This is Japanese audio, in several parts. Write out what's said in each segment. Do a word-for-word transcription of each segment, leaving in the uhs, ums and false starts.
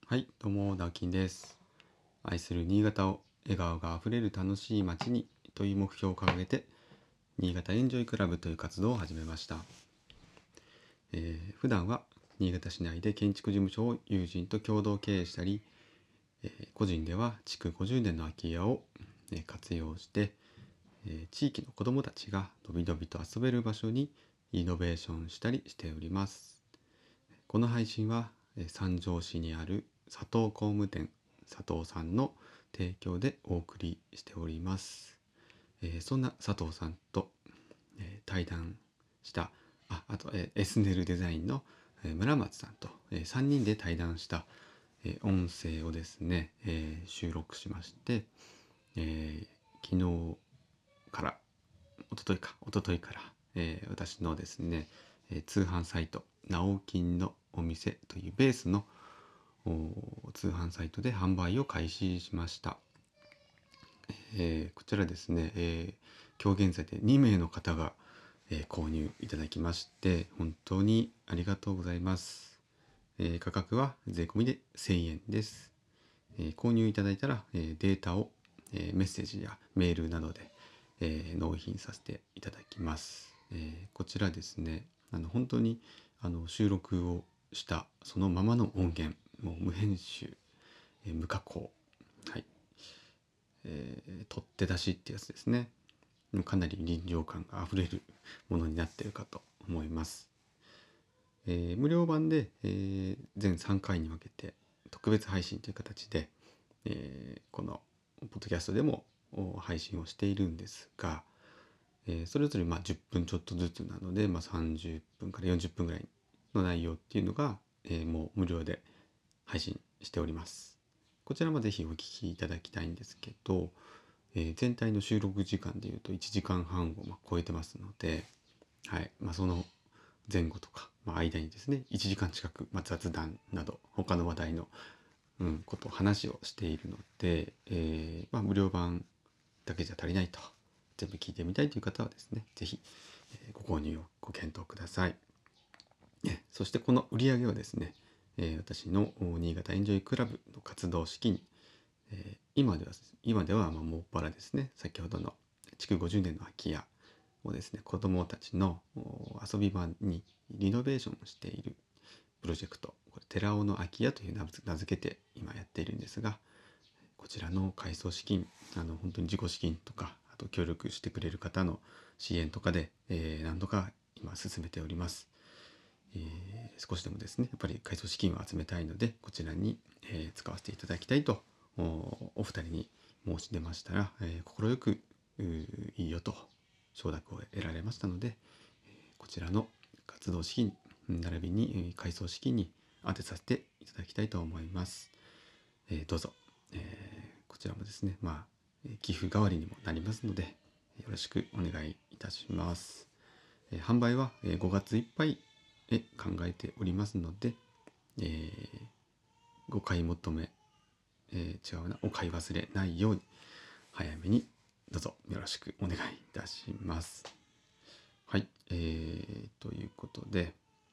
はい、どうも、ダーキンです。愛する新潟を笑顔があふれる楽しい街にという目標を掲げて、新潟エンジョイクラブという活動を始めました。えー、普段は新潟市内で建築事務所を友人と共同経営したり、えー、個人では築ごじゅうねんの空き家を活用して、えー、地域の子どもたちがのびのびと遊べる場所にリノベーションしたりしております。この配信は三条市にある佐藤工務店佐藤さんの提供でお送りしております。えー、そんな佐藤さんと、えー、対談したああと、えー、エスネルデザインの、えー、村松さんと、えー、さんにんで対談した、えー、音声をですね、えー、収録しまして、えー、昨日から一昨日か一昨日から、えー、私のですね、えー、通販サイトなおきんのお店というベースの通販サイトで販売を開始しました。えー、こちらですね、えー、今日現在でにめいの方が、えー、購入いただきまして本当にありがとうございます。えー、価格は税込みでせんえんです。えー、購入いただいたら、えー、データを、えー、メッセージやメールなどで、えー、納品させていただきます。えー、こちらですね、あの本当にあの収録をしたそのままの音源、もう無編集、えー、無加工、はい、えー、取って出しってやつですね。かなり臨場感があふれるものになっているかと思います。えー、無料版で、えー、全さんかいに分けて特別配信という形で、えー、このポッドキャストでも配信をしているんですが、えー、それぞれまあじゅっぷんちょっとずつなので、まあ、さんじゅっぷんからよんじゅっぷんぐらいの内容っていうのが、えー、もう無料で配信しております。こちらもぜひお聞きいただきたいんですけど、えー、全体の収録時間でいうといちじかんはんをまあ超えてますので、はいまあ、その前後とか、まあ、間にですねいちじかん近く、まあ、雑談など他の話題の、うん、ことを話をしているので、えーまあ、無料版だけじゃ足りないと全部聞いてみたいという方はですねぜひ、えー、ご購入をご検討ください。そしてこの売り上げはですね、えー、私の新潟エンジョイクラブの活動資金に、えー、今では今ではまあもっぱらですね、先ほどの築ごじゅうねんの空き家をですね、子どもたちの遊び場にリノベーションをしているプロジェクト、これ寺尾の空き家という名付けて今やっているんですが、こちらの改装資金、あの本当に自己資金とか、あと協力してくれる方の支援とかで、えー、何度か今進めております。えー、少しでもですねやっぱり改装資金を集めたいのでこちらに、えー、使わせていただきたいと お, お二人に申し出ましたら、えー、快くいいよと承諾を得られましたので、えー、こちらの活動資金並びに、えー、改装資金に当てさせていただきたいと思います。えー、どうぞ、えー、こちらもですねまあ寄付代わりにもなりますのでよろしくお願いいたします。えー、販売はごがついっぱいへ考えておりますので、えー、ご買い求め、えー、違うなお買い忘れないように早めにどうぞよろしくお願いいたします。はい、えー、ということで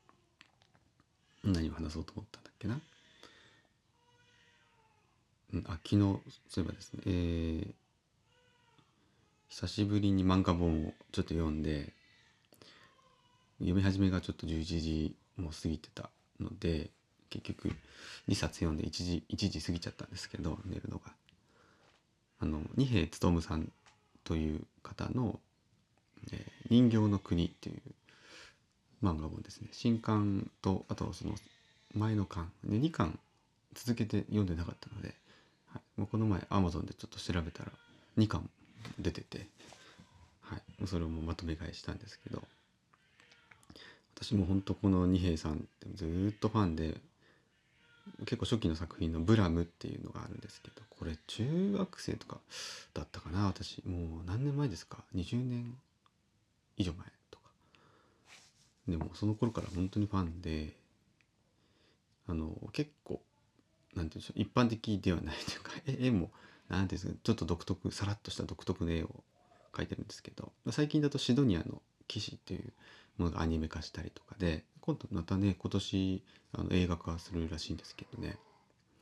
何を話そうと思ったんだっけな、うん、あ昨日そういえばですね、えー、久しぶりに漫画本をちょっと読んで読み始めがちょっとじゅういちじも過ぎてたので結局にさつ読んでいちじいちじ過ぎちゃったんですけど寝るのがあの二瓶勉さんという方の、えー人形の国っていう漫画本ですね。新刊とあとその前の巻でにかん続けて読んでなかったので、はい、もうこの前 Amazon でちょっと調べたらにかん出てて、はい、それをもうまとめ買いしたんですけど、私も本当この二瓶さんってずっとファンで結構初期の作品のブラムっていうのがあるんですけど、これ中学生とかだったかな、私もう何年前ですか、にじゅうねん以上前とかでもその頃から本当にファンで、あの結構なんていうんでしょう、一般的ではないというか絵もなんていうんですか、ちょっと独特さらっとした独特の絵を描いてるんですけど、最近だとシドニアの騎士っていうものがアニメ化したりとかで今度またね今年あの映画化するらしいんですけどね、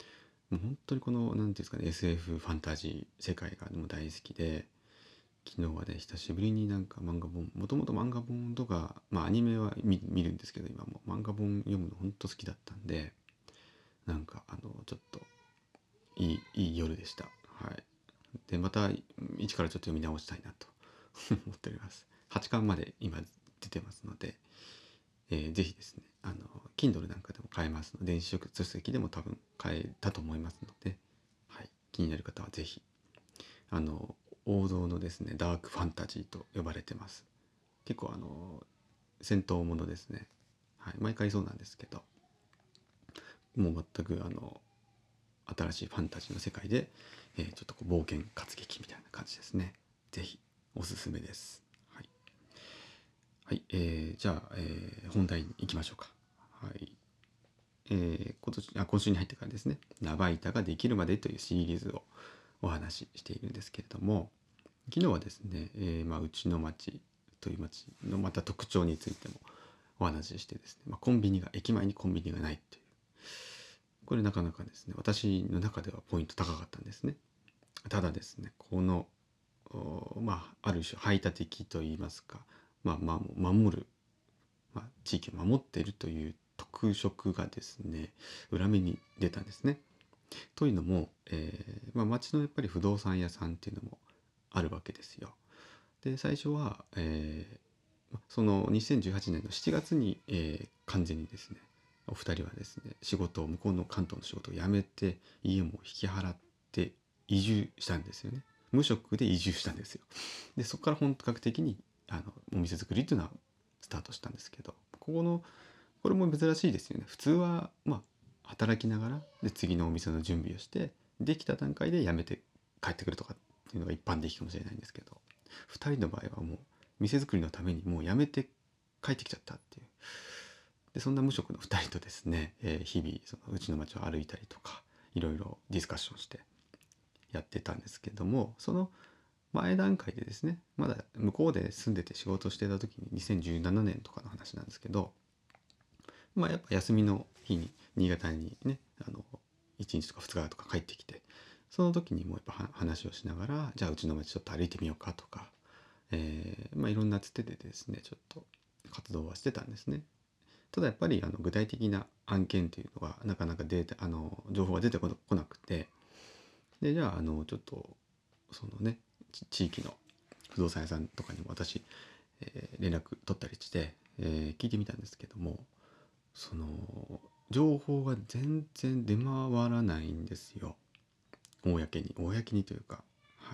もう本当にこの何ていうんですかね エスエフ ファンタジー世界がもう大好きで、昨日はね久しぶりになんか漫画本、もともと漫画本とか、まあアニメは 見, 見るんですけど、今も漫画本読むの本当好きだったんで、なんかあのちょっといいいい夜でした。はい。でまた一からちょっと読み直したいなと思っております。はちかんまで今出てますので、えー、ぜひですね、あの Kindle なんかでも買えますので、電子書籍でも多分買えたと思いますので、はい、気になる方はぜひ、あの王道のですねダークファンタジーと呼ばれてます。結構あの戦闘ものですね、はい、毎回そうなんですけど、もう全くあの新しいファンタジーの世界で、えー、ちょっとこう冒険活劇みたいな感じですね。ぜひおすすめです。はい、はい、えー、じゃあ、えー、本題に行きましょうか。はい、えー、今年あ今週に入ってからですね、ナバイタができるまでというシリーズをお話ししているんですけれども、昨日はですね、えーまあ、うちの町という町のまた特徴についてもお話ししてですね、まあ、コンビニが駅前にコンビニがないという、これなかなかですね私の中ではポイント高かったんですね。ただですね、このまあある種排他的といいますか、まあまあ守る、まあ、地域を守っているという特色がですね裏目に出たんですね。というのも、えーまあ、町のやっぱり不動産屋さんっていうのもあるわけですよ。で最初は、えー、そのにせんじゅうはちねんのしちがつに、えー、完全にですねお二人はですね仕事を向こうの関東の仕事を辞めて家も引き払って移住したんですよね。無職で移住したんですよ。でそこから本格的にあのお店作りっていうのはスタートしたんですけど、ここのこれも珍しいですよね。普通はまあ働きながらで次のお店の準備をしてできた段階で辞めて帰ってくるとかっていうのが一般的かもしれないんですけど、ふたりの場合はもう店作りのためにもう辞めて帰ってきちゃったっていう。でそんな無職のふたりとですね、えー、日々そのうちの町を歩いたりとかいろいろディスカッションしてやってたんですけども、その前段階でですね、まだ向こうで住んでて仕事してた時ににせんじゅうななねんとかの話なんですけど、まあやっぱ休みの日に新潟にねあのいちにちとかふつかとか帰ってきて、その時にもうやっぱ話をしながら、じゃあうちの町ちょっと歩いてみようかとか、えー、まあいろんなつてでですねちょっと活動はしてたんですね。ただやっぱりあの具体的な案件っていうのがなかなか出てあの情報が出てこなくて、でじゃああのちょっとそのね地域の不動産屋さんとかにも私、えー、連絡取ったりして、えー、聞いてみたんですけども、その情報が全然出回らないんですよ。公に公にというか、はい、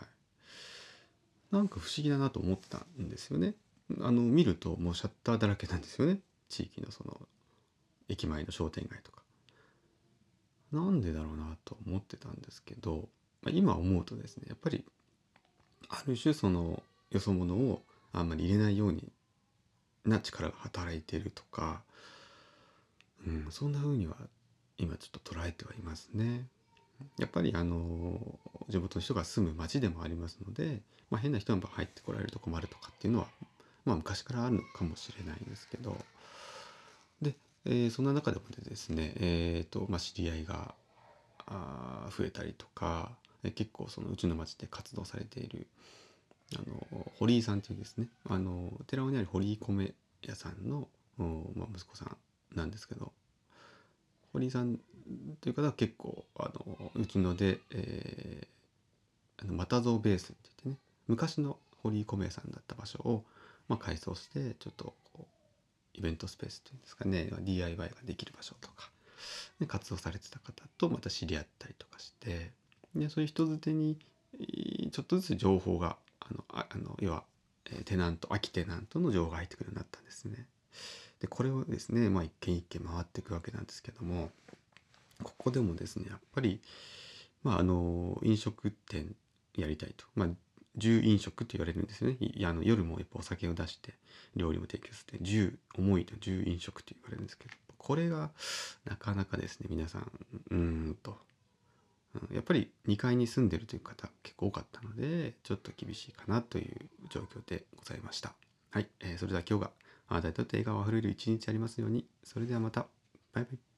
なんか不思議だなと思ったんですよね。あの見るともうシャッターだらけなんですよね、地域のその駅前の商店街とか。なんでだろうなと思ってたんですけど、今思うとですねやっぱりある種そのよそ者をあんまり入れないようにな力が働いているとか、うん、そんな風には今ちょっと捉えてはいますね。やっぱりあの地元の人が住む町でもありますので、まあ、変な人が入ってこられると困るとかっていうのは、まあ、昔からあるのかもしれないんですけど、で、えーそんな中でもですね、えーとまあ、知り合いがあ増えたりとか、え結構そのうちの町で活動されているあの堀井さんというですね、あの寺尾にある堀井米屋さんの、まあ、息子さんなんですけど、堀井さんという方は結構あのうちので、えー、あの又蔵ベースって言ってね、昔の堀井米屋さんだった場所を、まあ、改装してちょっとこうイベントスペースというんですかね ディーアイワイ ができる場所とか、ね、活動されてた方とまた知り合ったりとかして、でそういう人づてにちょっとずつ情報があのああの要はテナント空きテナントの情報が入ってくるようになったんですね。でこれをですね、まあ、一軒一軒回っていくわけなんですけども、ここでもですねやっぱり、まあ、あの飲食店やりたいと、まあ、重飲食って言われるんですよね。いあの夜もやっぱお酒を出して料理も提供する重重いと重飲食って言われるんですけど、これがなかなかですね皆さんうーんとやっぱりにかいに住んでるという方結構多かったので、ちょっと厳しいかなという状況でございました。はい、えー、それでは今日があなたにとって笑顔あふれる一日ありますように。それではまた。バイバイ。